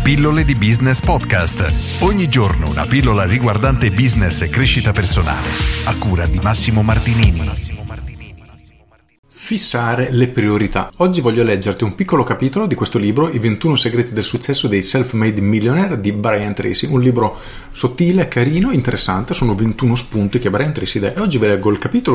Pillole di Business Podcast. Ogni giorno una pillola riguardante business e crescita personale. A cura di Massimo Martinini. Fissare le priorità. Oggi voglio leggerti un piccolo capitolo di questo libro, I 21 segreti del successo dei self-made millionaire di Brian Tracy, un libro sottile, carino, interessante, sono 21 spunti che Brian Tracy dà e oggi vi leggo il capitolo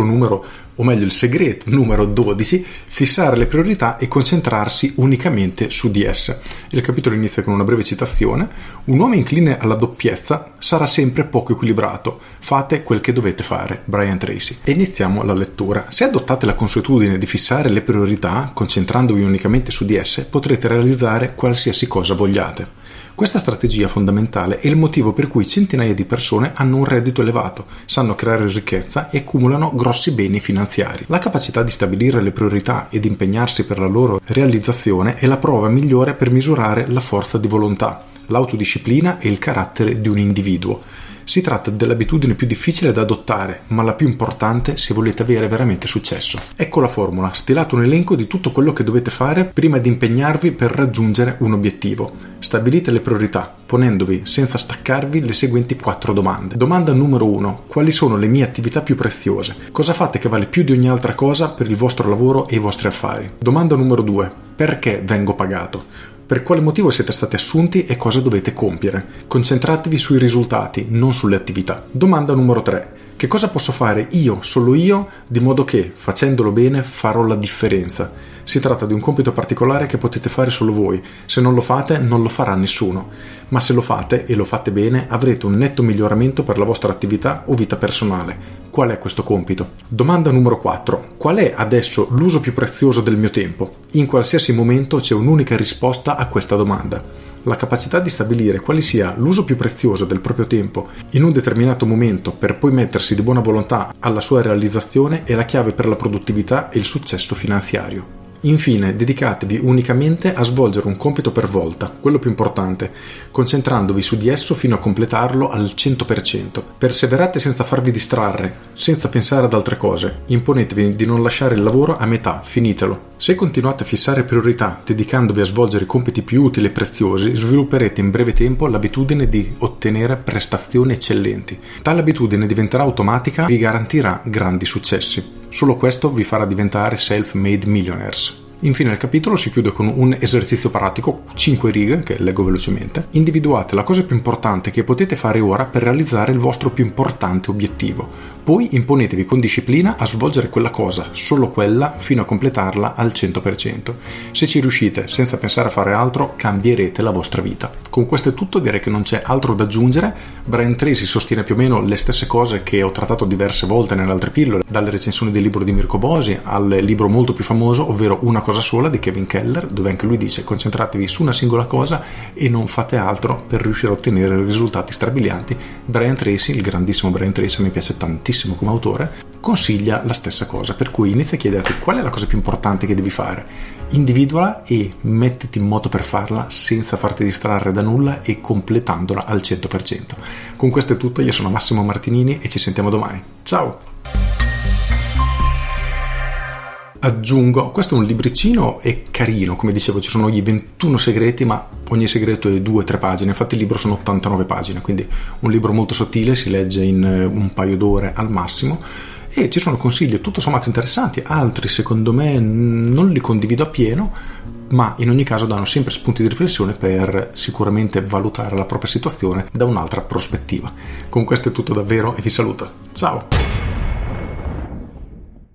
il segreto numero 12, fissare le priorità e concentrarsi unicamente su di esse. Il capitolo inizia con una breve citazione: un uomo incline alla doppiezza sarà sempre poco equilibrato, fate quel che dovete fare, Brian Tracy. E iniziamo la lettura. Se adottate la consuetudine di fissare le priorità, concentrandovi unicamente su di esse, potrete realizzare qualsiasi cosa vogliate. Questa strategia fondamentale è il motivo per cui centinaia di persone hanno un reddito elevato, sanno creare ricchezza e accumulano grossi beni finanziari. La capacità di stabilire le priorità ed impegnarsi per la loro realizzazione è la prova migliore per misurare la forza di volontà, l'autodisciplina e il carattere di un individuo. Si tratta dell'abitudine più difficile da adottare, ma la più importante se volete avere veramente successo. Ecco la formula: stilate un elenco di tutto quello che dovete fare prima di impegnarvi per raggiungere un obiettivo. Stabilite le priorità, ponendovi, senza staccarvi, le seguenti 4 domande. Domanda numero 1. Quali sono le mie attività più preziose? Cosa fate che vale più di ogni altra cosa per il vostro lavoro e i vostri affari? Domanda numero 2. Perché vengo pagato? Per quale motivo siete stati assunti e cosa dovete compiere? Concentratevi sui risultati, non sulle attività. Domanda numero 3. Che cosa posso fare io, solo io, di modo che, facendolo bene, farò la differenza? Si tratta di un compito particolare che potete fare solo voi. Se non lo fate, non lo farà nessuno. Ma se lo fate, e lo fate bene, avrete un netto miglioramento per la vostra attività o vita personale. Qual è questo compito? Domanda numero 4. Qual è adesso l'uso più prezioso del mio tempo? In qualsiasi momento c'è un'unica risposta a questa domanda. La capacità di stabilire quale sia l'uso più prezioso del proprio tempo in un determinato momento per poi mettersi di buona volontà alla sua realizzazione è la chiave per la produttività e il successo finanziario. Infine, dedicatevi unicamente a svolgere un compito per volta, quello più importante, concentrandovi su di esso fino a completarlo al 100%. Perseverate senza farvi distrarre, senza pensare ad altre cose. Imponetevi di non lasciare il lavoro a metà, finitelo. Se continuate a fissare priorità, dedicandovi a svolgere compiti più utili e preziosi, svilupperete in breve tempo l'abitudine di ottenere prestazioni eccellenti. Tale abitudine diventerà automatica e vi garantirà grandi successi. Solo questo vi farà diventare self-made millionaires. Infine il capitolo si chiude con un esercizio pratico, 5 righe, che leggo velocemente. Individuate la cosa più importante che potete fare ora per realizzare il vostro più importante obiettivo. Poi imponetevi con disciplina a svolgere quella cosa, solo quella, fino a completarla al 100%. Se ci riuscite, senza pensare a fare altro, cambierete la vostra vita. Con questo è tutto, direi che non c'è altro da aggiungere. Brian Tracy sostiene più o meno le stesse cose che ho trattato diverse volte nelle altre pillole, dalle recensioni del libro di Mirko Bosi al libro molto più famoso, ovvero Una cosa sola di Kevin Keller, dove anche lui dice: concentratevi su una singola cosa e non fate altro per riuscire a ottenere risultati strabilianti. Brian Tracy, il grandissimo Brian Tracy, mi piace tantissimo come autore, consiglia la stessa cosa, per cui inizia a chiederti qual è la cosa più importante che devi fare, individuala e mettiti in moto per farla senza farti distrarre da nulla e completandola al 100%. Con questo è tutto, io sono Massimo Martinini e ci sentiamo domani. Ciao! Aggiungo, questo è un libricino, è carino, come dicevo ci sono i 21 segreti, ma ogni segreto è 2-3 pagine, infatti il libro sono 89 pagine, quindi un libro molto sottile, si legge in un paio d'ore al massimo e ci sono consigli tutto sommato interessanti, altri secondo me non li condivido appieno, ma in ogni caso danno sempre spunti di riflessione per sicuramente valutare la propria situazione da un'altra prospettiva. Con questo è tutto davvero e vi saluto, ciao!